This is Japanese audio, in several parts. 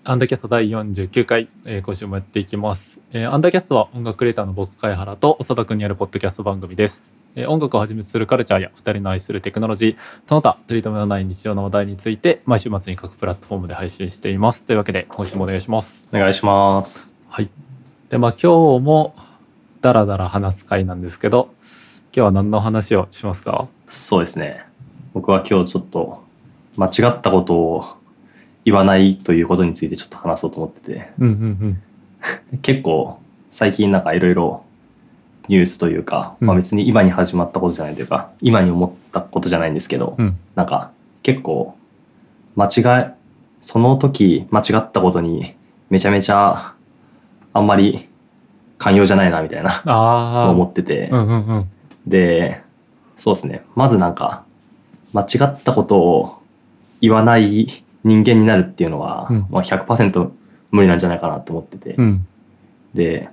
アンダーキャスト第49回、今週もやっていきます。アンダーキャストは音楽クリエイターの僕、貝原と長田くんによるポッドキャスト番組です。音楽をはじめとするカルチャーや2人の愛するテクノロジー、その他、取り留めのない日常の話題について、毎週末に各プラットフォームで配信しています。というわけで、今週もお願いします。 お願いします。 はい。で、今日も、だらだら話す回なんですけど、今日は何の話をしますか？ そうですね。僕は今日ちょっと、間違ったことを言わないということについてちょっと話そうと思ってて、結構最近なんかいろいろニュースというか、別に今に始まったことじゃないというか、今に思ったことじゃないんですけど、なんか結構その時間違ったことにめちゃめちゃあんまり寛容じゃないなみたいな思ってて、で、そうですね。まずなんか間違ったことを言わない人間になるっていうのは、100% 無理なんじゃないかなと思ってて、で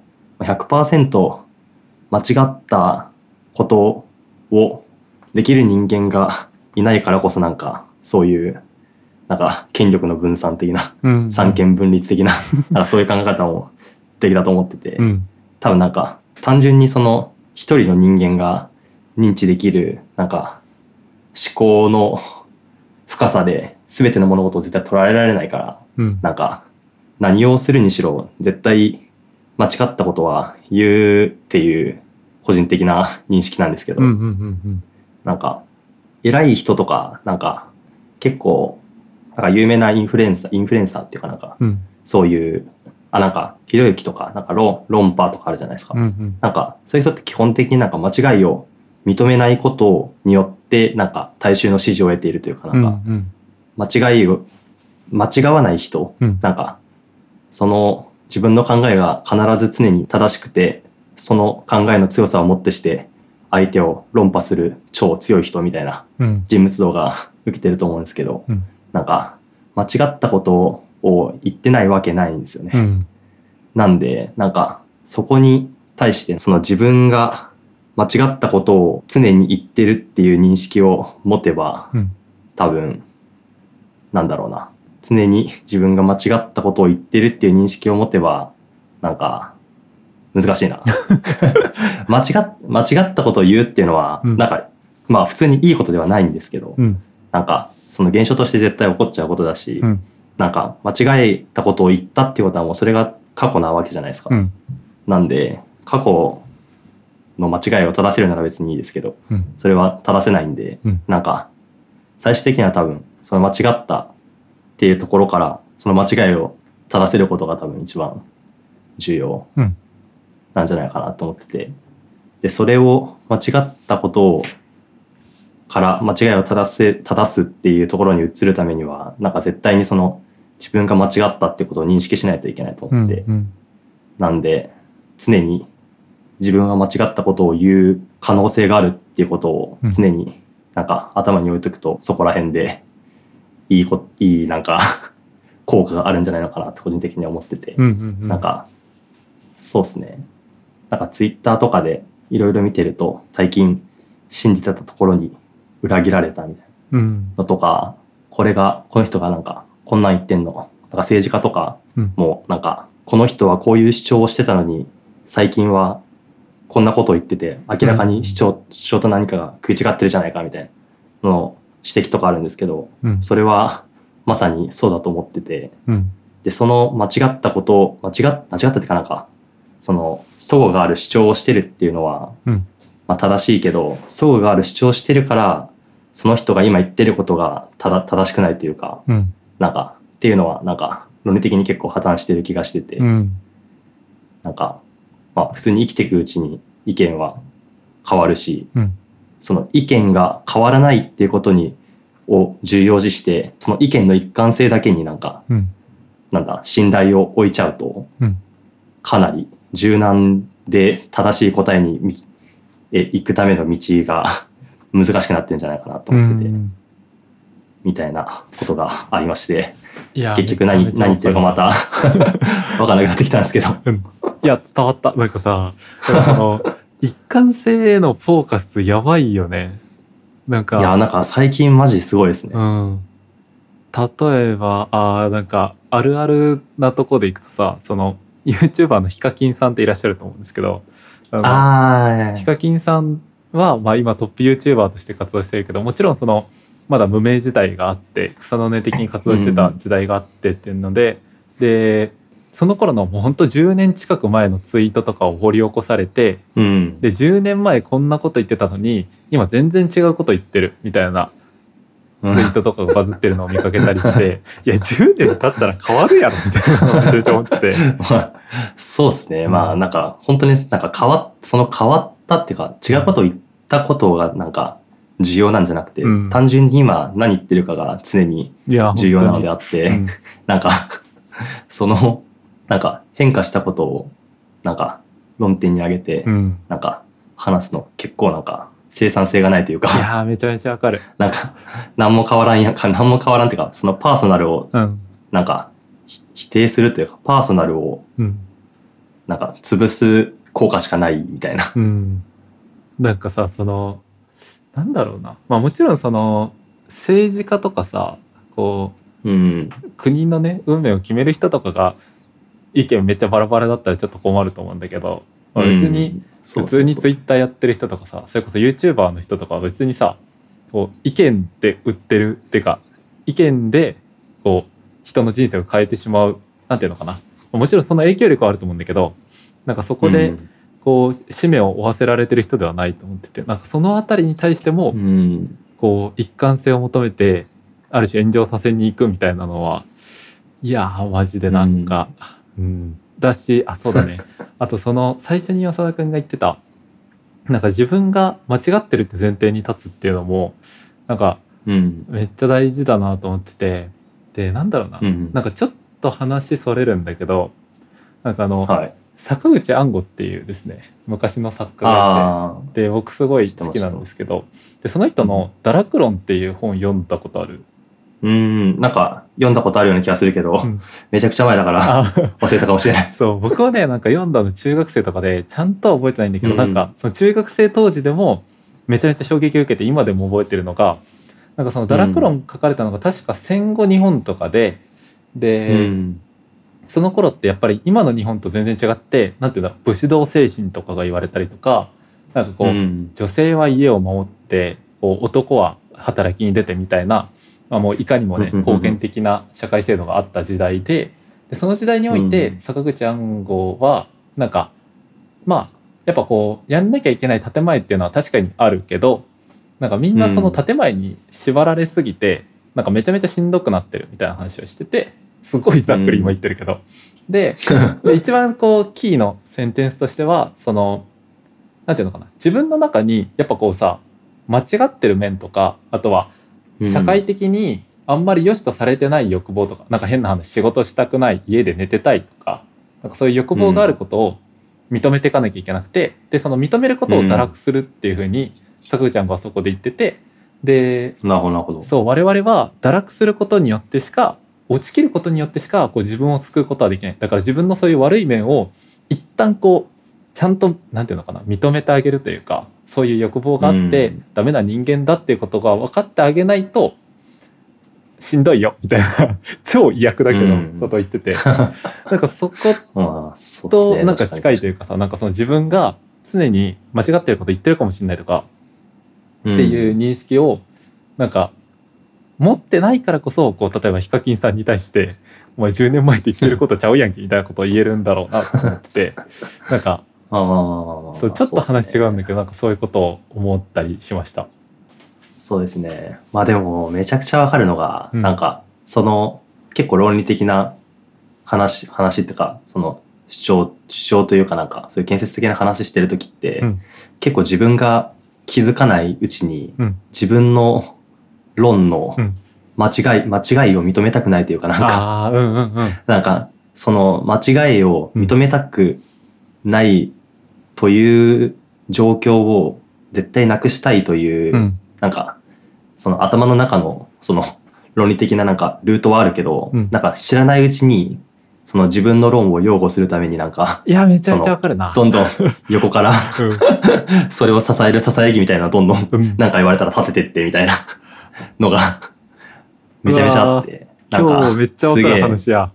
100% 間違ったことをできる人間がいないからこそなんかそういうなんか権力の分散的な、三権分立的ななんかそういう考え方もできたと思ってて、多分なんか単純にその一人の人間が認知できるなんか思考の深さで全ての物事を絶対捉えられないから、なんか何をするにしろ絶対間違ったことは言うっていう個人的な認識なんですけど、なんか偉い人とかなんか結構なんか有名なインフルエンサーっていうかなんか、そういうなんかひろゆきとかなんか論破とかあるじゃないですか、なんかそういう人って基本的になんか間違いを認めないことによってなんか大衆の支持を得ているというかなんか、間違わない人、なんかその自分の考えが必ず常に正しくてその考えの強さをもってして相手を論破する超強い人みたいな人物像が受けてると思うんですけど、なんか間違ったことを言ってないわけないんですよね、なんでなんかそこに対してその自分が間違ったことを常に言ってるっていう認識を持てば、多分なんだろうな、常に自分が間違ったことを言ってるっていう認識を持てばなんか難しいな間違ったことを言うっていうのは、なんかまあ普通にいいことではないんですけど、なんかその現象として絶対起こっちゃうことだし、なんか間違えたことを言ったっていうことはもうそれが過去なわけじゃないですか、なんで過去の間違いを正せるなら別にいいですけど、それは正せないんで、なんか最終的には多分その間違ったっていうところからその間違いを正せることが多分一番重要なんじゃないかなと思ってて、でそれを間違ったことから間違いを正すっていうところに移るためにはなんか絶対にその自分が間違ったってことを認識しないといけないと思ってて、なんで常に自分は間違ったことを言う可能性があるっていうことを常になんか頭に置いとくと、そこら辺でいいなんか効果があるんじゃないのかなって個人的には思ってて、なんかそうですね、なんかツイッターとかでいろいろ見てると最近信じてたところに裏切られたみたいなのとか、この人がなんかこんなん言ってんの、なんか政治家とかもなんかこの人はこういう主張をしてたのに最近はこんなことを言ってて明らかに主張と何かが食い違ってるじゃないかみたいなの指摘とかあるんですけど、それはまさにそうだと思ってて、でその間違ったことを間違ったっていうかなんかその齟齬がある主張をしてるっていうのは、まあ、正しいけど齟齬がある主張をしてるからその人が今言ってることが正しくないというか、なんかっていうのはなんか論理的に結構破綻してる気がしてて、なんかまあ普通に生きていくうちに意見は変わるし、その意見が変わらないっていうことを重要視してその意見の一貫性だけになんか、なんだ信頼を置いちゃうと、かなり柔軟で正しい答えに行くための道が難しくなってるんじゃないかなと思ってて、みたいなことがありまして、結局何言ってるかまた分からなくなってきたんですけどいや伝わった。なんかさ、その一貫性へのフォーカスやばいよね。なんかいやなんか最近マジすごいですね。 例えばなんかあるあるなとこでいくとさ、その YouTuber のヒカキンさんっていらっしゃると思うんですけど、ヒカキンさんは、まあ、今トップ YouTuber として活動してるけど、もちろんそのまだ無名時代があって草の根的に活動してた時代があってっていうので、でその頃のもうほんと10年近く前のツイートとかを掘り起こされて、で10年前こんなこと言ってたのに今全然違うこと言ってるみたいなツイートとかがバズってるのを見かけたりしていや10年経ったら変わるやろみたいなのをめちゃめちゃ思っててそうですね、まあなんか本当になんか変わったっていうか違うことを言ったことがなんか重要なんじゃなくて、単純に今何言ってるかが常に重要なのであって、なんかそのなんか変化したことをなんか論点に挙げて、なんか話すの結構なんか生産性がないというか、 いやめちゃめちゃわかる。 なんか何も変わらんっていうか、そのパーソナルをなんか否定するというか、パーソナルをなんか潰す効果しかないみたいな。 なんかさ、そのなんだろうな、まあもちろんその政治家とかさ、こう、国のね運命を決める人とかが意見めっちゃバラバラだったらちょっと困ると思うんだけど、まあ、別に普通にツイッターやってる人とかさ、それこそ YouTuber の人とかは別にさ、こう意見で売ってるっていうか、意見でこう人の人生を変えてしまう、なんていうのかな、もちろんその影響力はあると思うんだけど、なんかそこでこう使命を負わせられてる人ではないと思ってて、なんかそのあたりに対してもこう一貫性を求めてある種炎上させに行くみたいなのは、いやマジでなんか、だし、そうだねあとその最初に浅田くんが言ってたなんか自分が間違ってるって前提に立つっていうのもなんかめっちゃ大事だなと思ってて、でなんだろうな、なんかちょっと話それるんだけど、なんか坂口安吾っていうですね昔の作家がいて、で僕すごい好きなんですけど、でその人の「堕落論」っていう本読んだことある？ なんか読んだことあるような気がするけど、めちゃくちゃ前だから忘れたかもしれない。 そう僕はねなんか読んだの中学生とかでちゃんとは覚えてないんだけど、なんかその中学生当時でもめちゃめちゃ衝撃を受けて今でも覚えてるのが、なんかその堕落論書かれたのが確か戦後日本とかで、その頃ってやっぱり今の日本と全然違って、なんていうんだろう、武士道精神とかが言われたりとか、なんかこう、女性は家を守ってこう男は働きに出てみたいな、まあ、もういかにもね封建的な社会制度があった時代で、その時代において坂口安吾はなんかまあやっぱこうやんなきゃいけない建前っていうのは確かにあるけど、なんかみんなその建前に縛られすぎて、なんかめちゃめちゃしんどくなってるみたいな話をしてて、すごいざっくり今言ってるけど、で一番こうキーのセンテンスとしては、そのなんていうのかな、自分の中にやっぱこうさ間違ってる面とか、あとは社会的にあんまり良しとされてない欲望とか、なんか変な話、仕事したくない、家で寝てたいとか、なんかそういう欲望があることを認めていかなきゃいけなくて、でその認めることを堕落するっていうふうに坂口ちゃんがそこで言ってて、でそう我々は堕落することによってしか、落ちきることによってしかこう自分を救うことはできない。だから自分のそういう悪い面を一旦こうちゃんとなんていうのかな、認めてあげるというか、そういう欲望があってダメな人間だっていうことが分かってあげないとしんどいよみたいな超威訳だけのことを言ってて、なんかそことなんか近いというかさ、なんかその自分が常に間違ってること言ってるかもしれないとかっていう認識をなんか持ってないからこそ、こう例えばヒカキンさんに対してお前10年前って言ってることちゃうやんけみたいなことを言えるんだろうなと思っててなんかそうちょっと話違うんだけど、なんかそういうことを思ったりしました。 そうですね。まあでもめちゃくちゃわかるのが、なんかその結構論理的な話っていうか、その主張というか、なんかそういう建設的な話してる時って、結構自分が気づかないうちに、自分の論の間違いを認めたくないというか、なんか、なんかその間違いを認めたくないという状況を絶対なくしたいという、なんかその頭の中のその論理的ななんかルートはあるけど、なんか知らないうちにその自分の論を擁護するためになんか、 いやめちゃめちゃわかるな、 どんどん横からそれを支える支え木みたいなどんどんなんか言われたら立ててってみたいなのがめちゃめちゃあって、 なんか今日めっちゃわかる話や。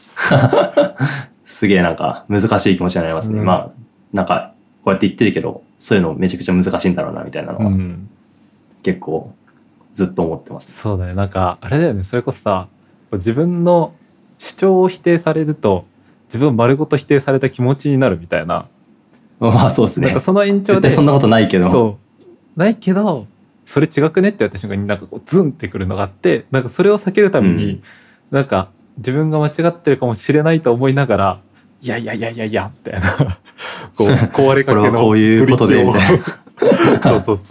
すげえなんか難しい気持ちになりますね。まあなんかこうやって言ってるけど、そういうのめちゃくちゃ難しいんだろうなみたいなのは、結構ずっと思ってます。 そうだね。なんかあれだよね。それこそさ、自分の主張を否定されると自分丸ごと否定された気持ちになるみたいな。 まあそうですね。 なんかその延長で絶対そんなことないけど。 そうないけど、それ違くねって言った瞬間になんかこうズンってくるのがあって、なんかそれを避けるために、なんか自分が間違ってるかもしれないと思いながら、いやいやいやいやいやみたいなこう壊れかけのこういうことでみたいなそう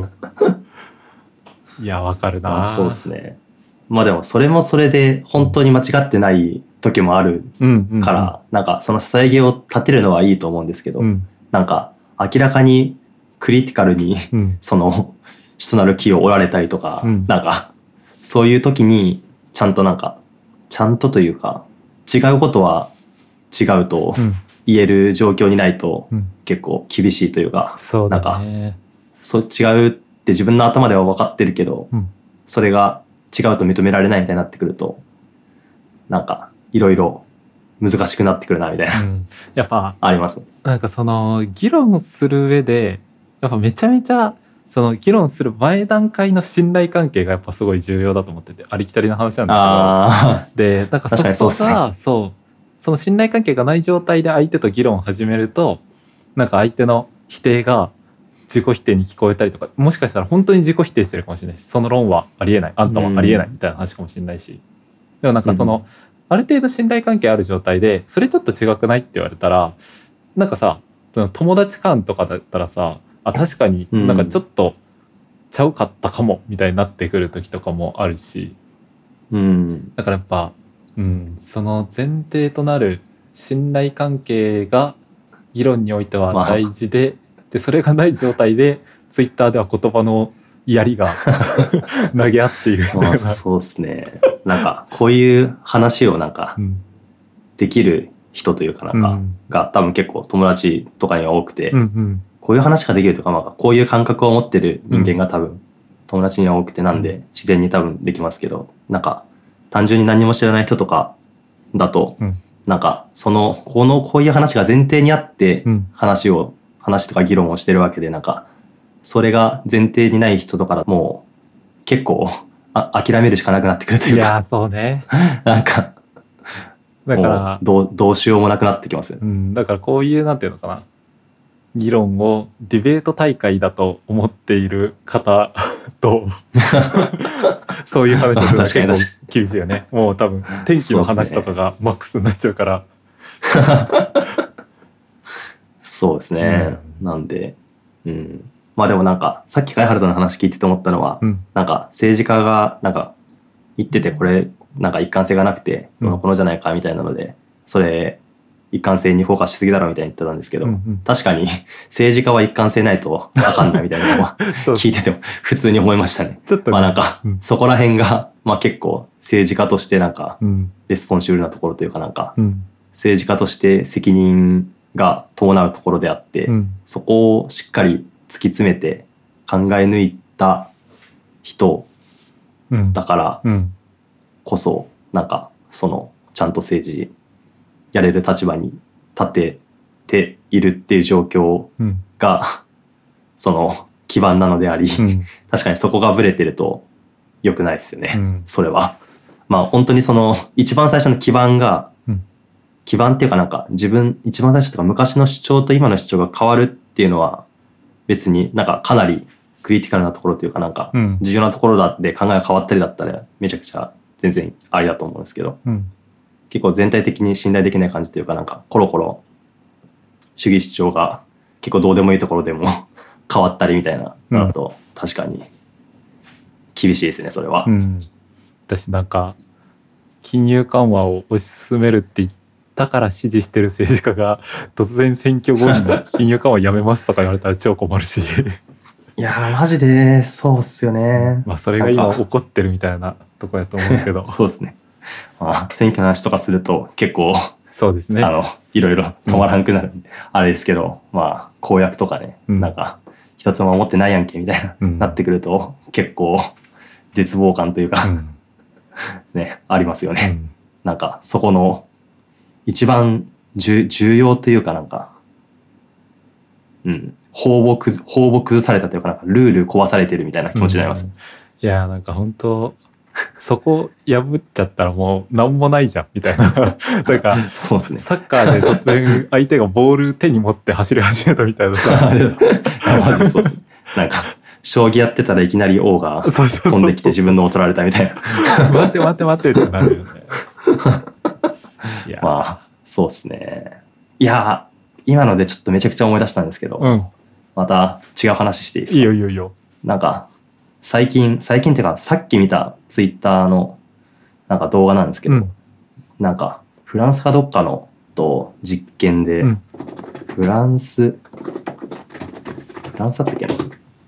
いやわかるな。 そうですね。まあでもそれもそれで本当に間違ってない時もあるから、なんかその支え木を立てるのはいいと思うんですけど、なんか明らかにクリティカルに、その主となる木を折られたりとか、なんかそういう時にちゃんとというか違うことは違うと言える状況にないと結構厳しいというか、なんかそう違うって自分の頭では分かってるけど、それが違うと認められないみたいになってくると、なんかいろいろ難しくなってくるなみたいな、 やっぱあります。 なんかその議論する上でやっぱめちゃめちゃその議論する前段階の信頼関係がやっぱすごい重要だと思ってて、ありきたりな話なんだけど、でなんかそこがその信頼関係がない状態で相手と議論を始めると、なんか相手の否定が自己否定に聞こえたりとか、もしかしたら本当に自己否定してるかもしれないし、その論はありえない、あんたはありえないみたいな話かもしれないし、でもなんかその、ある程度信頼関係ある状態でそれちょっと違くないって言われたら、なんかさ、その友達間とかだったらさ、あ確かになんかちょっとちゃうかったかもみたいになってくる時とかもあるし、だからやっぱ、その前提となる信頼関係が議論においては大事で、でそれがない状態でツイッターでは言葉の槍が投げ合っているみたいな。 そうですね。なんかこういう話をなんかできる人というかなんかが多分結構友達とかには多くて、こういう話ができるとか、まあこういう感覚を持ってる人間が多分友達には多くて、なんで自然に多分できますけど、なんか単純に何も知らない人とかだと、なんかこういう話が前提にあって話とか議論をしてるわけで、なんかそれが前提にない人とかだともう結構諦めるしかなくなってくるというか、 いやそうねなんかだからどうしようもなくなってきますよ、 だからこういうなんていうのかな、議論をディベート大会だと思っている方とそういう話をするの結構厳しいよね。もう多分天気の話とかがマックスになっちゃうから。 そうですね、なんでまあでもなんかさっき貝原さんの話聞いてて思ったのは、なんか政治家がなんか言ってて、これなんか一貫性がなくてどのこのじゃないかみたいなので、それ一貫性にフォーカスしすぎだろみたいに言ってたんですけど、確かに政治家は一貫性ないと分かんないみたいなのは聞いてても普通に思いましたね。ちょっとね、まあなんかそこら辺がまあ結構政治家としてなんかレスポンシブルなところというか、なんか政治家として責任が伴うところであって、そこをしっかり突き詰めて考え抜いた人だからこそ、なんかそのちゃんと政治やれる立場に立てているっていう状況がその基盤なのであり、確かにそこがブレてると良くないですよね、それは。まあ本当にその一番最初の基盤っていうか、なんか一番最初とか昔の主張と今の主張が変わるっていうのは別になんかかなりクリティカルなところというか、なんか重要なところだって考えが変わったりだったらめちゃくちゃ全然ありだと思うんですけど、結構全体的に信頼できない感じというか、なんかコロコロ主義主張が結構どうでもいいところでも変わったりみたいなのだと確かに厳しいですね、それは。 私なんか金融緩和を推し進めるって言ったから支持してる政治家が突然選挙後に金融緩和やめますとか言われたら超困るしいやーマジでそうっすよね。 まあそれが今起こってるみたいなとこやと思うけどそうですね。選挙の話とかすると結構そうですね、 いろいろ止まらんくなる、あれですけど、まあ公約とかね、なんか一つも守ってないやんけみたいな、なってくると結構絶望感というか、 ね、ありますようね。 んなんかそこの一番重要というかなんか、法を崩されたというか、なんかルール壊されてるみたいな気持ちになります。 いやなんか本当そこ破っちゃったらもう何もないじゃんみたいななんかそうですね。 サッカーで突然相手がボール手に持って走り始めたみたいなさマジそうですね。なんか、将棋やってたらいきなり王が飛んできて自分のを取られたみたいな。 待って待って待ってってなるよね。いやまあ、そうですね。いや、今のでちょっとめちゃくちゃ思い出したんですけど、また違う話していいですか？ いいよいいよいいよ。 なんか、最近っていうか、さっき見たツイッターのなんか動画なんですけど、なんか、フランスかどっかの実験で、フランスだったっけな、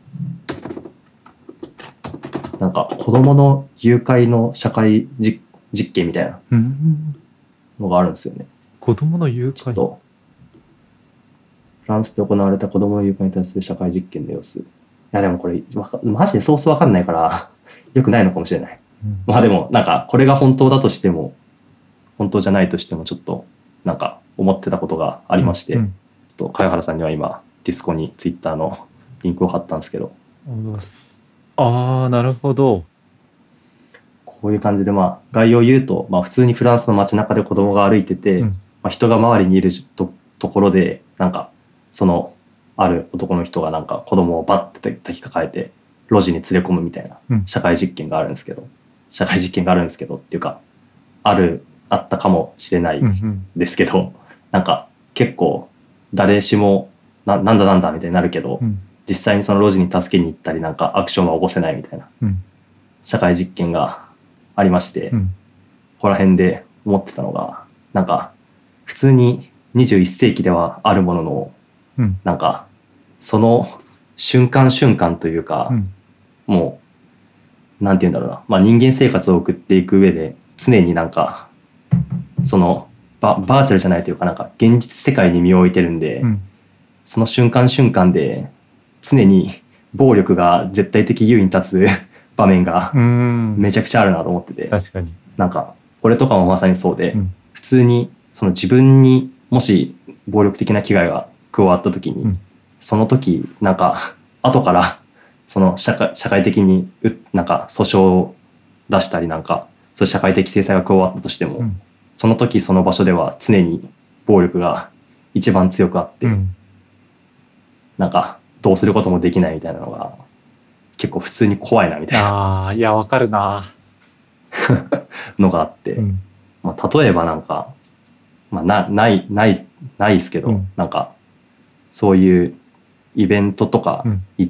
なんか子供の誘拐の社会実験みたいなのがあるんですよね。 子供の誘拐。 ちょっとフランスで行われた子供の誘拐に対する社会実験の様子。いやでもこれマジでソースわかんないからよくないのかもしれない。まあでもなんかこれが本当だとしても本当じゃないとしてもちょっとなんか思ってたことがありまして、ちょっと貝原さんには今ディスコにツイッターのリンクを貼ったんですけど。 ああなるほど。 こういう感じでまあ概要を言うと、まあ、普通にフランスの街中で子供が歩いてて、まあ、人が周りにいるところでなんかそのある男の人がなんか子供をバッて抱きかかえて路地に連れ込むみたいな社会実験があるんですけど、っていうかあったかもしれないですけど、なんか結構誰しもなんだみたいになるけど、実際にその路地に助けに行ったりなんかアクションは起こせないみたいな社会実験がありまして、ここら辺で思ってたのがなんか普通に21世紀ではあるものの、なんかその瞬間というか、もうなんて言うんだろうな、まあ、人間生活を送っていく上で常になんかそのバーチャルじゃないというかなんか現実世界に身を置いてるんで、その瞬間で常に暴力が絶対的優位に立つ場面がめちゃくちゃあるなと思ってて、 確かになんかこれとかもまさにそうで、普通にその自分にもし暴力的な危害が加わった時に、その時なんか後からその社会的になんか訴訟を出したりなんかそういう社会的制裁が加わったとしても、その時その場所では常に暴力が一番強くあって、なんかどうすることもできないみたいなのが結構普通に怖いなみたいな。 いやわかるなのがあって、まあ、例えばなんか、まあ、ないですけど、なんかそういうイベントとか行って、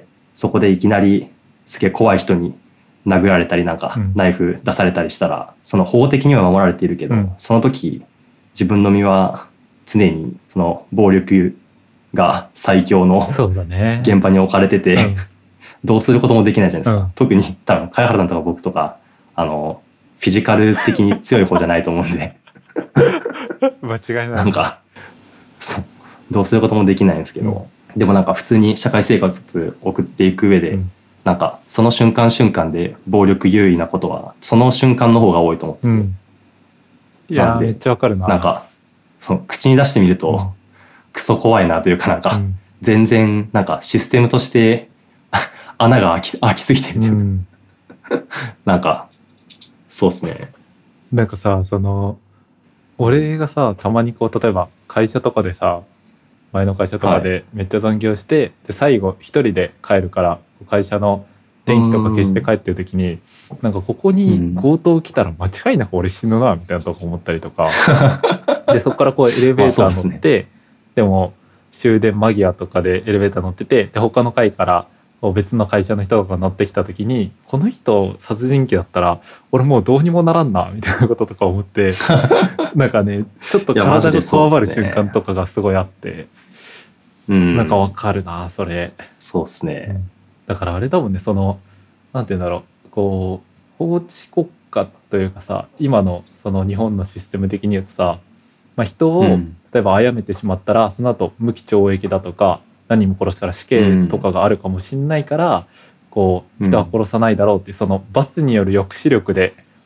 そこでいきなりすげえ怖い人に殴られたりなんかナイフ出されたりしたら、その法的には守られているけど、その時自分の身は常にその暴力が最強の現場に置かれてて、どうすることもできないじゃないですか。特に多分貝原さんとか僕とかフィジカル的に強い方じゃないと思うんで間違いない。 なんかどうすることもできないんですけど、でもなんか普通に社会生活送っていく上で、なんかその瞬間で暴力優位なことはその瞬間の方が多いと思ってて、 いやめっちゃわかるな。 なんかその口に出してみると、クソ怖いなというかなんか、全然なんかシステムとして穴が開きすぎてるんですよ、なんかそうですね。 なんかさその俺がさたまにこう例えば会社とかでさ前の会社とかでめっちゃ残業して、で最後一人で帰るから会社の電気とか消して帰ってる時に、なんかここに強盗来たら間違いなく俺死ぬなみたいなとこ思ったりとかでそこからこうエレベーター乗って、でも終電間際とかでエレベーター乗ってて、で他の階から別の会社の人が乗ってきた時に、この人殺人鬼だったら俺もうどうにもならんなみたいなこととか思ってなんかねちょっと体がこわばる瞬間とかがすごいあって、なんかわかるなそれ。 そうっすね、 だからあれだもんね、そのなんて言うんだろう、こう法治国家というかさ、今のその日本のシステム的に言うとさ、まあ、人を例えば殺めてしまったら、その後無期懲役だとか何人も殺したら死刑とかがあるかもしんないから、こう人は殺さないだろうっていうその罰による抑止力で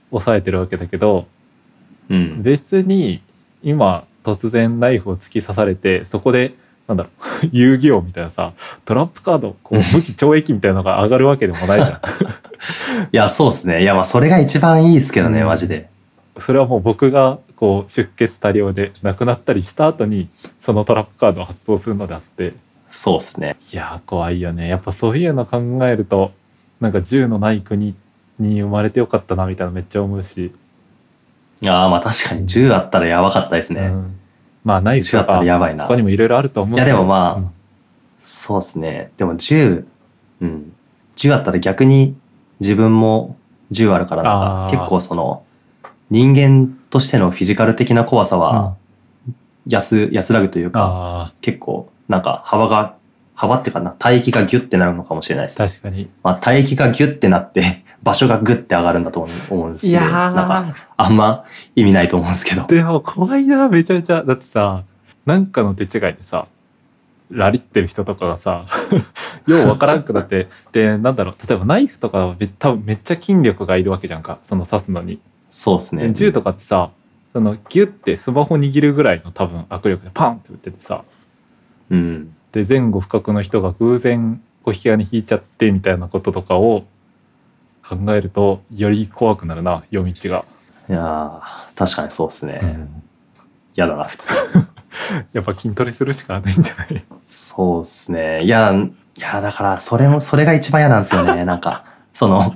抑えてるわけだけど、 うん。 別に今突然ナイフを突き刺されて、そこでなんだろう遊戯王みたいなさ、トラップカードこう武器懲役みたいなのが上がるわけでもないじゃん。 いや、そうですね。いや、まあ、それが一番いいですけどね、 うんマジで。 それはもう僕がこう出血多量で亡くなったりした後にそのトラップカードを発動するのであって、 そうですね。 いやー怖いよね。やっぱそういうの考えると、なんか銃のない国に生まれてよかったなみたいなめっちゃ思うし、 いやー、まあ確かに銃あったらやばかったですね。 まあナイフ銃あったらとかやばいな。 他にもいろいろあると思ういや、 けど、 でもまあ、そうですね。でも銃あったら逆に自分も銃あるから、なんか結構その人間としてのフィジカル的な怖さは安らぐというか、結構なんか幅っていうかな、帯域がギュッてなるのかもしれないです。 確かに。 まあ帯域がギュッてなって場所がグッて上がるんだと思うんですけど、なんかあんま意味ないと思うんですけど。 でも怖いな、めちゃめちゃ。だってさ、なんかの手違いでさ、ラリってる人とかがさようわからんくなってで、なんだろう、例えばナイフとかは多分めっちゃ筋力がいるわけじゃんか、その刺すのに。 そうですね。 銃とかってさ、そのギュッてスマホ握るぐらいの多分握力でパンって打っててさ、で前後不覚の人が偶然こう引き金引いちゃってみたいなこととかを考えるとより怖くなるな、夜道が。 いやー、確かにそうですね。嫌だな、普通。 やっぱ筋トレするしかないんじゃない？ そうですね。いや、だからそれが一番嫌なんですよね。なんか、その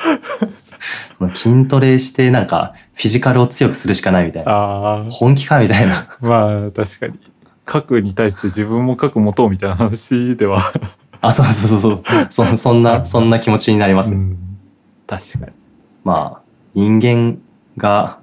筋トレしてなんかフィジカルを強くするしかないみたいな。本気かみたいな。 まあ確かに。核に対して自分も核持とうみたいな話ではそう。そんな気持ちになりますね。 確かに。 まあ、人間が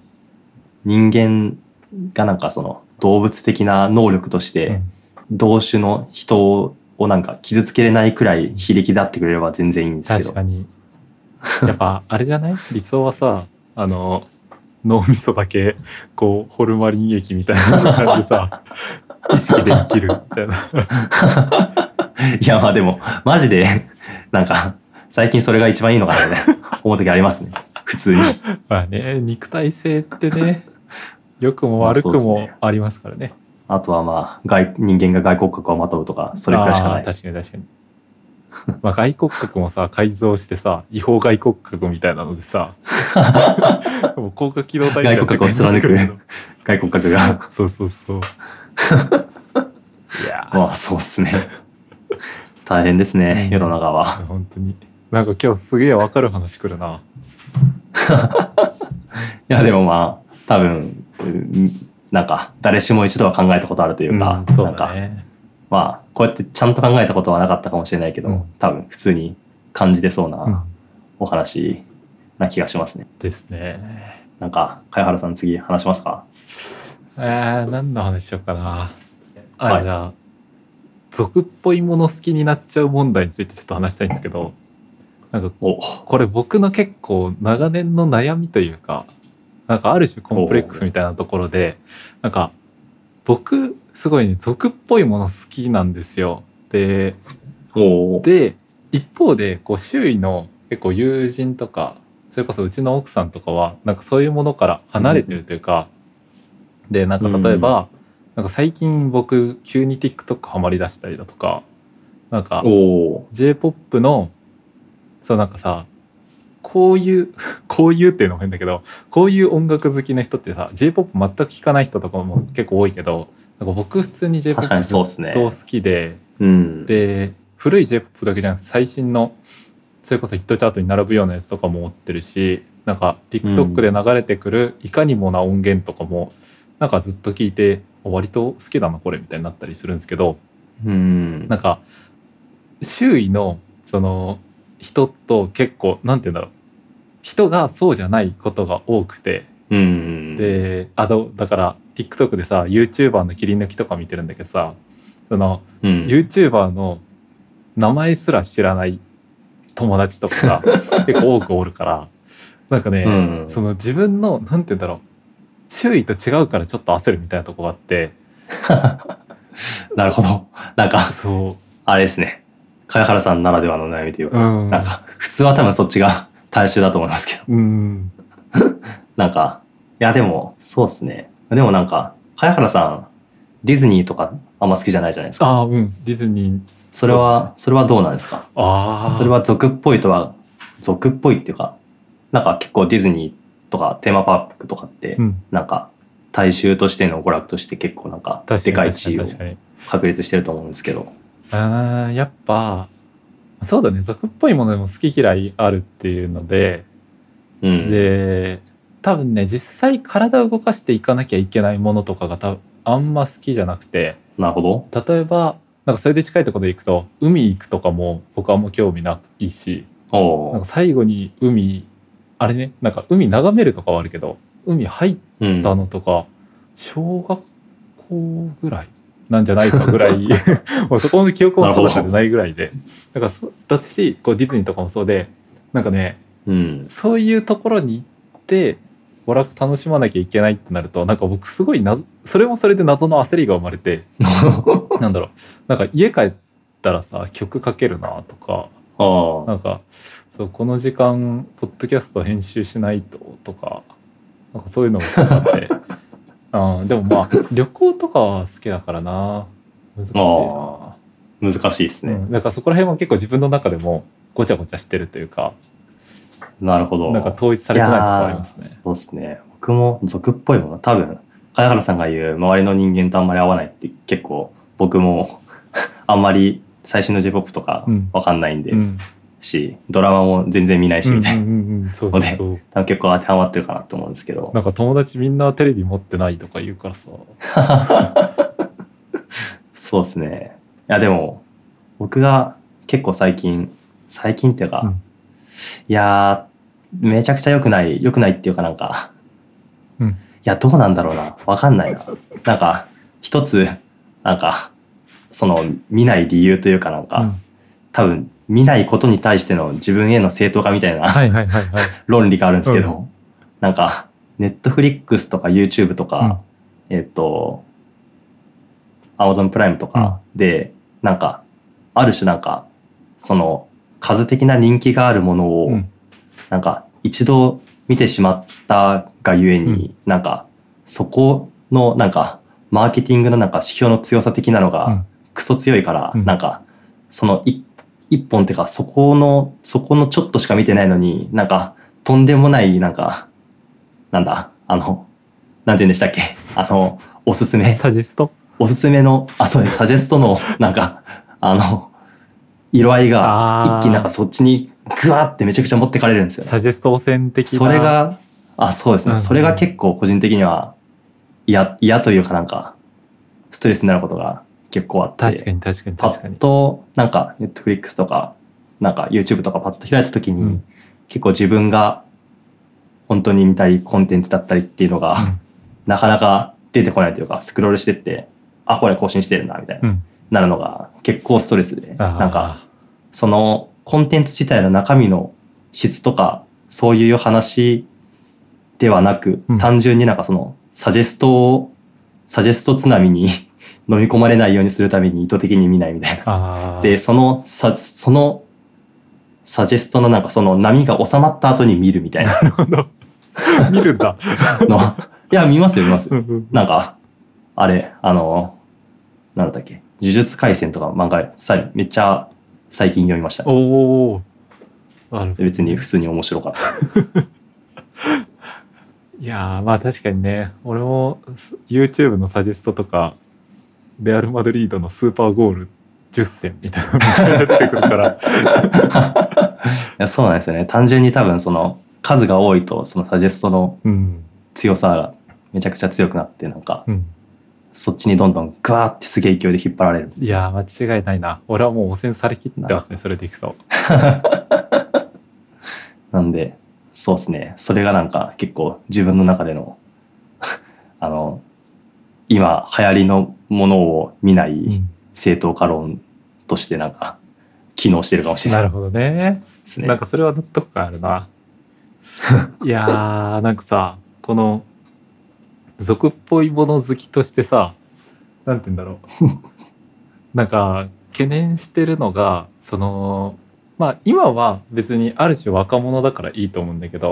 なんかその動物的な能力として、同種の人をなんか傷つけれないくらい非力であってくれれば全然いいんですけど。 確かに。やっぱあれじゃない？理想はさ、脳みそだけこうホルマリン液みたいな感じでさ意識で生きるみたいな。 いや、まあでもマジでなんか最近それが一番いいのかなって思う時ありますね、普通に。 まあね、肉体性ってね、良くも悪くもありますからね。 あとはまあ人間が外骨格をまとうとか、それくらいしかないです。 確かに。まあ外骨格もさ改造してさ、違法外骨格みたいなのでさもう高架機動隊みたいな外骨格を貫く外骨格がそういやまあそうっすね。大変ですね、世の中は。 本当になんか今日すげえ分かる話くるな。 いやでもまあ多分なんか誰しも一度は考えたことあるというか、 そうだね。 なんかまあこうやってちゃんと考えたことはなかったかもしれないけど、多分普通に感じてそうなお話な気がしますね。 ですね。 なんか貝原さん次話しますか？ 何の話しようかな。じゃあ俗っぽいもの好きになっちゃう問題についてちょっと話したいんですけど、なんかこれ僕の結構長年の悩みというか、なんかある種コンプレックスみたいなところで、なんか僕すごいね俗っぽいもの好きなんですよ。で一方でこう周囲の結構友人とか、それこそうちの奥さんとかはなんかそういうものから離れてるというか、でなんか例えば、なんか最近僕急に TikTok ハマりだしたりだとか、なんか J-POP のなんかさ、こういうっていうのも変だけど、こういう音楽好きな人ってさ J-POP 全く聴かない人とかも結構多いけど、なんか僕普通に J-POP ずっと好きで、で古い J-POP だけじゃなくて最新のそれこそヒットチャートに並ぶようなやつとかも持ってるし、なんか TikTok で流れてくるいかにもな音源とかもなんかずっと聞いて割と好きだなこれみたいになったりするんですけど、なんか周囲のその人と結構なんて言うんだろう、人がそうじゃないことが多くて、でだから TikTok でさ YouTuber の切り抜きとか見てるんだけどさ、YouTuber の名前すら知らない友達とかが結構多くおるからなんかね、その自分のなんて言うんだろう、周囲と違うからちょっと焦るみたいなとこがあってなるほど。なんかあれですね、貝原さんならではの悩みというか、なんか普通は多分そっちが大衆だと思いますけど、 なんか、いやでも、そうっすね。でもなんか、茅原さん、ディズニーとかあんま好きじゃないじゃないですか。 ああ、うん。ディズニー。 それはどうなんですか？ ああ。 それは俗っぽいっていうか、なんか結構ディズニーとかテーマパークとかって、 うん、 なんか大衆としての娯楽として結構なんかでかい地位を確立してると思うんですけど。 やっぱ、そうだね。俗っぽいものでも好き嫌いあるっていうので、 うん、 で、多分ね、実際体を動かしていかなきゃいけないものとかがあんま好きじゃなくて。 なるほど。例えば、なんかそれで近いところで行くと、海行くとかも僕はあんま興味ないし、なんか最後にあれね、なんか海眺めるとかはあるけど、海入ったのとか、小学校ぐらいなんじゃないかぐらいもうそこの記憶も定かでないぐらいで、だからだし、こうディズニーとかもそうで、なんかね、そういうところに行って娯楽楽しまなきゃいけないってなると、なんか僕すごいそれもそれで謎の焦りが生まれてなんだろう、なんか家帰ったらさ、曲かけるなとか、なんかそうこの時間ポッドキャスト編集しないとか、なんかそういうのがあってでもまあ旅行とかは好きだからな。難しいな。 難しいですね、 だからそこら辺は結構自分の中でもごちゃごちゃしてるというか。 なるほど。 なんか統一されてないところありますね。 そうですね。僕も俗っぽいもの、多分茅原さんが言う周りの人間とあんまり合わないって結構僕もあんまり最新の J-POP とかわかんないんで、し、ドラマも全然見ないしみたいなので、多分結構当てはまってるかなと思うんですけど。 なんか友達みんなテレビ持ってないとか言うからさ。 そうですね。いやでも僕が結構最近っていうか、いやめちゃくちゃ良くないっていうかなんか、いやどうなんだろうな、わかんないな。なんか一つなんかその見ない理由というかなんか、多分見ないことに対しての自分への正当化みたいな論理があるんですけど、なんかネットフリックスとか YouTube とか、Amazon プライムとかで、なんかある種なんかその数的な人気があるものを、なんか一度見てしまったがゆえに、なんかそこのなんかマーケティングのなんか指標の強さ的なのがクソ強いから、なんかその一本ってかそこのちょっとしか見てないのに、なんかとんでもないなんかなんだなんて言うんでしたっけ、おすすめサジェストそうです、サジェストのなんか色合いが一気になんかそっちにグワーってめちゃくちゃ持ってかれるんですよね。 サジェスト汚染的な。 それがそうですね、それが結構個人的には嫌というかなんかストレスになることが結構あって。 確かにパッとなんか Netflix とかなんか YouTube とかパッと開いた時に、結構自分が本当に見たいコンテンツだったりっていうのが、なかなか出てこないというか、スクロールしてってこれ更新してるなみたいな、なるのが結構ストレスで、なんかそのコンテンツ自体の中身の質とかそういう話ではなく、単純になんかそのサジェスト津波に飲み込まれないようにするために意図的に見ないみたいな。で、そのサジェストのなんかその波が収まった後に見るみたいな。 なるほど。見るんだ。 いや、見ますよ。なんか、あれ、なんだっけ、呪術廻戦とか漫画めっちゃ最近読みました。別に普通に面白かった。 いやー、まあ確かにね、俺も YouTube のサジェストとか、レアル・マドリードのスーパーゴール10選みたいなのが出てくるから。 いや、そうなんですよね。単純に多分その数が多いと、そのサジェストの強さがめちゃくちゃ強くなって、なんか、そっちにどんどんグワーってすげえ勢いで引っ張られる。 いやー、間違いないな。俺はもう汚染されきってますね、それでいくと。 なんで、そうですね。それがなんか結構自分の中での今流行りのものを見ない正当化論としてなんか機能してるかもしれない。 なるほどね。なんかそれは納得感あるな。いやー、なんかさ、この俗っぽいもの好きとしてさ、なんて言うんだろう。なんか懸念してるのが、まあ今は別にある種若者だからいいと思うんだけど、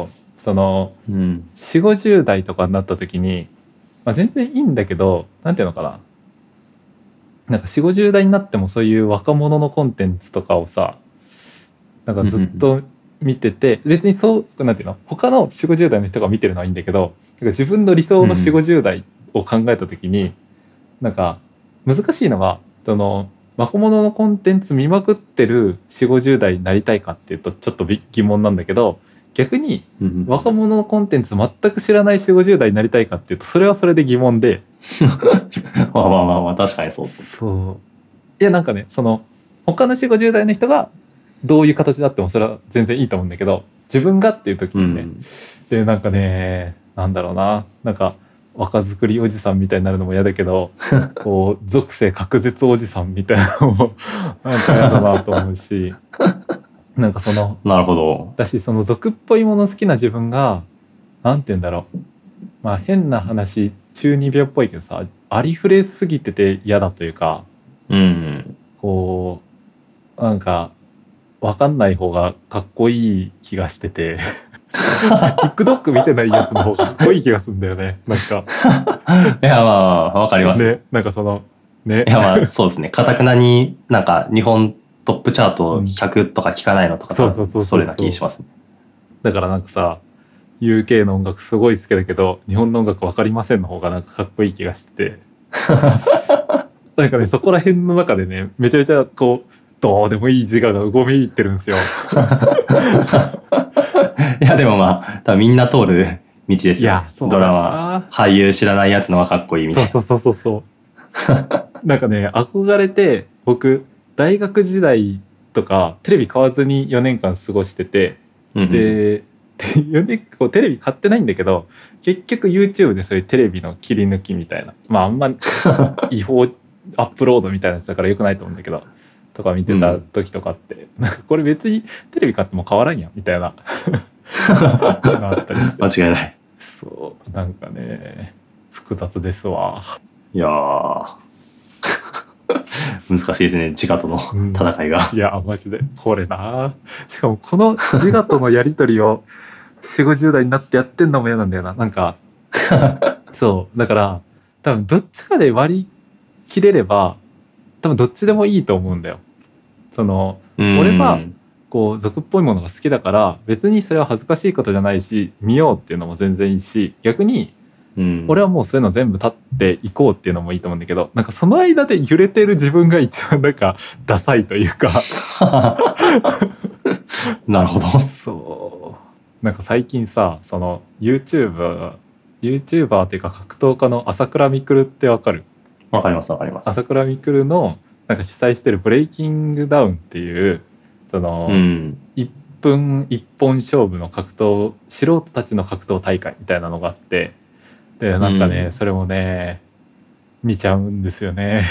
そのうん 4 50代とかになった時に、まあ、全然いいんだけど、なんていうのかな、なんか4 50代になってもそういう若者のコンテンツとかをさ、なんかずっと見てて、別にそうなんていうの、他の4 50代の人が見てるのはいいんだけど、なんか自分の理想の4 50代を考えた時に、なんか難しいのが、その若者のコンテンツ見まくってる4 50代になりたいかっていうとちょっと疑問なんだけど、逆に若者のコンテンツ全く知らない4 50代になりたいかっていうとそれはそれで疑問でまあまあまあまあ、確かにそうそう。 そういやなんかね、その他の4 50代の人がどういう形であってもそれは全然いいと思うんだけど、自分がっていう時にね、でなんかね、なんだろうな、なんか若作りおじさんみたいになるのも嫌だけどこう属性隔絶おじさんみたいなのもなんか嫌だなと思うしなんかそのなるほど。 私その俗っぽいもの好きな自分がなんて言うんだろう、まあ変な話中二病っぽいけどさ、ありふれすぎてて嫌だというか、こうなんか分かんない方がかっこいい気がしててTikTok 見てないやつの方がかっこいい気がするんだよね。なんかいやまあわかりますね。なんかそのね、 いやまあそうですね。かたくなになんか日本トップチャート100とか聞かないのとか、それな気しますね。 だからなんかさ、UK の音楽すごい好きだけど日本の音楽分かりませんの方がなんかかっこいい気がしてなんかね、そこら辺の中でね、めちゃめちゃこうどうでもいい自我がうごめいってるんですよいやでもまあ多分みんな通る道ですよ、ね、ドラマ俳優知らないやつのがかっこいいみたいな。 そうなんかね、憧れて僕大学時代とかテレビ買わずに4年間過ごしてて、で4年こうテレビ買ってないんだけど結局 YouTube でそういうテレビの切り抜きみたいな、まああんま違法アップロードみたいなやつだからよくないと思うんだけどとか見てた時とかって、なんかこれ別にテレビ買っても変わらんやんみたいなあったりして間違いない。 そうなんかね複雑ですわ。 いや難しいですね、自我との戦いが、 いやマジでこれな、しかもこの自我とのやり取りを4 50代になってやってんのも嫌なんだよな。なんかそうだから多分どっちかで割り切れれば多分どっちでもいいと思うんだよ。その俺はこう俗っぽいものが好きだから別にそれは恥ずかしいことじゃないし見ようっていうのも全然いいし、逆に俺はもうそういうの全部立っていこうっていうのもいいと思うんだけど、なんかその間で揺れてる自分が一番なんかダサいというかなるほど。 そうなんか最近さ、その YouTuber っていうか格闘家の朝倉未来ってわかる？ わかりますわかります。 朝倉未来のなんか主催してるブレイキングダウンっていうその1分1本勝負の格闘素人たちの格闘大会みたいなのがあって、でなんかね、それもね見ちゃうんですよね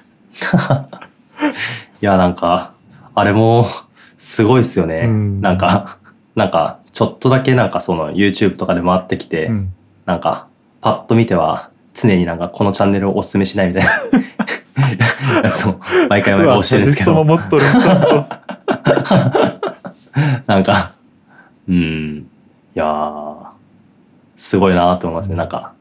いやなんかあれもすごいですよね、なんかちょっとだけなんかその YouTube とかで回ってきて、なんかパッと見ては常になんかこのチャンネルをおすすめしないみたいなやつを毎回押してるんですけどなんかいやーすごいなと思いますね。なんか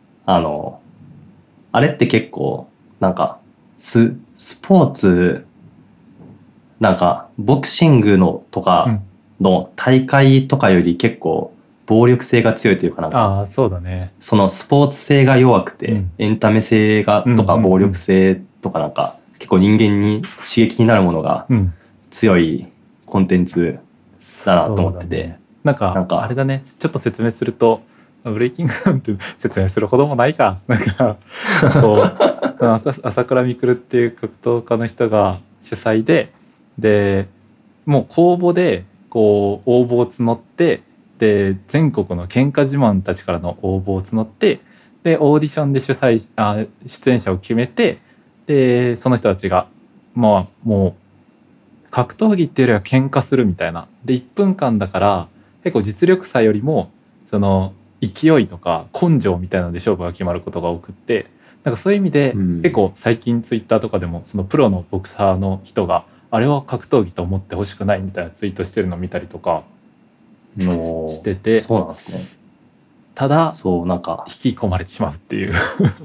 あれって結構なんかスポーツなんかボクシングのとかの大会とかより結構暴力性が強いというか、なんかそうだね、 そのスポーツ性が弱くて、エンタメ性がとか暴力性とかなんか結構人間に刺激になるものが強いコンテンツだなと思ってて、 なんかあれだね、ちょっと説明するとブレイキングダウンって説明するほどもないか、なんかこう朝倉未来っていう格闘家の人が主催でもう公募でこう応募を募って、で全国の喧嘩自慢たちからの応募を募って、でオーディションで出演者を決めて、でその人たちがまあもう格闘技っていうよりは喧嘩するみたいな、で1分間だから結構実力差よりもその勢いとか根性みたいなので勝負が決まることが多くって、なんかそういう意味で結構最近ツイッターとかでもそのプロのボクサーの人があれは格闘技と思ってほしくないみたいなツイートしてるのを見たりとか、 してて、 そうなんですね。 ただそうなんか引き込まれてしまうっていう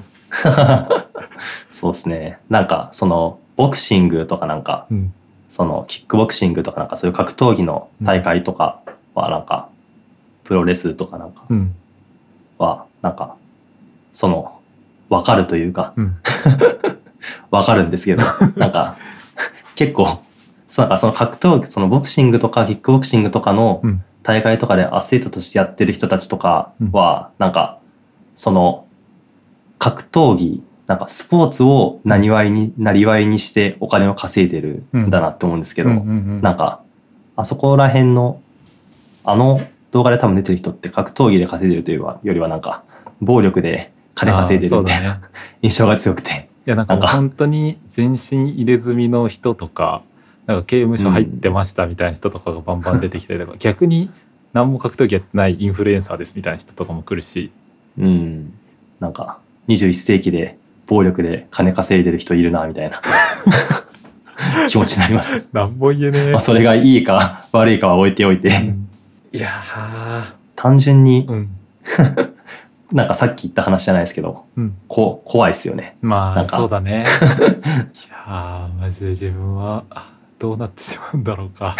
そうですね。なんかそのボクシングとかなんか、そのキックボクシングとかなんかそういう格闘技の大会とかはなんか、プロレスとかなんかはなんかその分かるというか、分かるんですけどなんか結構なんかその格闘技、そのボクシングとかキックボクシングとかの大会とかでアスリートとしてやってる人たちとかはなんかその格闘技なんかスポーツをなりわいにしてお金を稼いでるんだなって思うんですけど、なんかあそこら辺のあの動画で多分出てる人って格闘技で稼いでるというよりはなんか暴力で金稼いでるみたいな印象が強くて、 いやなんか本当に全身入れ墨の人とかなんか刑務所入ってましたみたいな人とかがバンバン出てきたりとか、逆に何も格闘技やってないインフルエンサーですみたいな人とかも来るし、 なんか21世紀で暴力で金稼いでる人いるなみたいな気持ちになります。 なんも言えねえ。 それがいいか悪いかは置いておいて、 いや単純に、なんかさっき言った話じゃないですけど、怖いですよね。 まあそうだね。いやマジで自分はどうなってしまうんだろうか。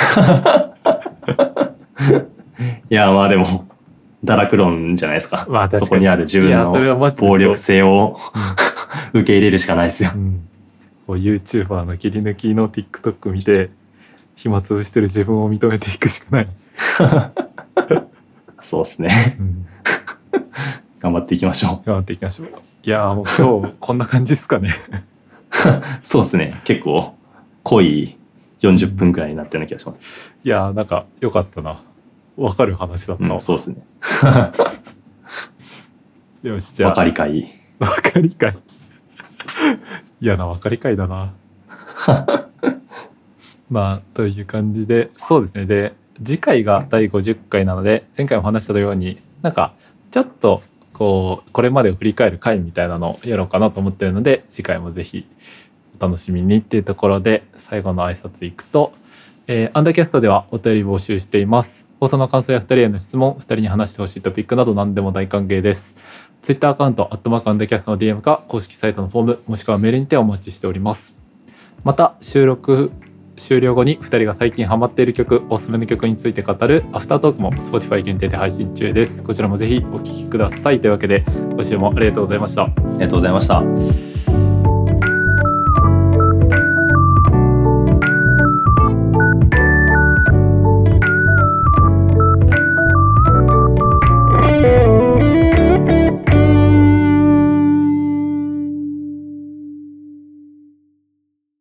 いやまあでも堕落論じゃないですか。そこにある自分の暴力性を受け入れるしかないですよ。 YouTuber の切り抜きの TikTok 見て暇つぶしてる自分を認めていくしかない。 そうですね。頑張っていきましょう。 いやもう今日こんな感じですかね。 そうですね。結構濃い40分くらいになったような気がします。 いやなんか良かったな。分かる話だった。 そうですね。 よしじゃあ。 分かり会。 嫌な分かり会だな。まあという感じで、そうですね。で次回が第50回なので、前回も話したようになんかちょっとこれまでを振り返る回みたいなのをやろうかなと思ってるので、次回もぜひお楽しみにっていうところで、最後の挨拶いくと、アンダーキャストではお便り募集しています。放送の感想や2人への質問、2人に話してほしいトピックなど何でも大歓迎です。Twitter アカウントアンダーキャストの DM か公式サイトのフォーム、もしくはメールにてお待ちしております。また収録終了後に2人が最近ハマっている曲、おすすめの曲について語るアフタートークも Spotify 限定で配信中です。こちらもぜひお聴きください。というわけで今週もありがとうございました。 ありがとうございました。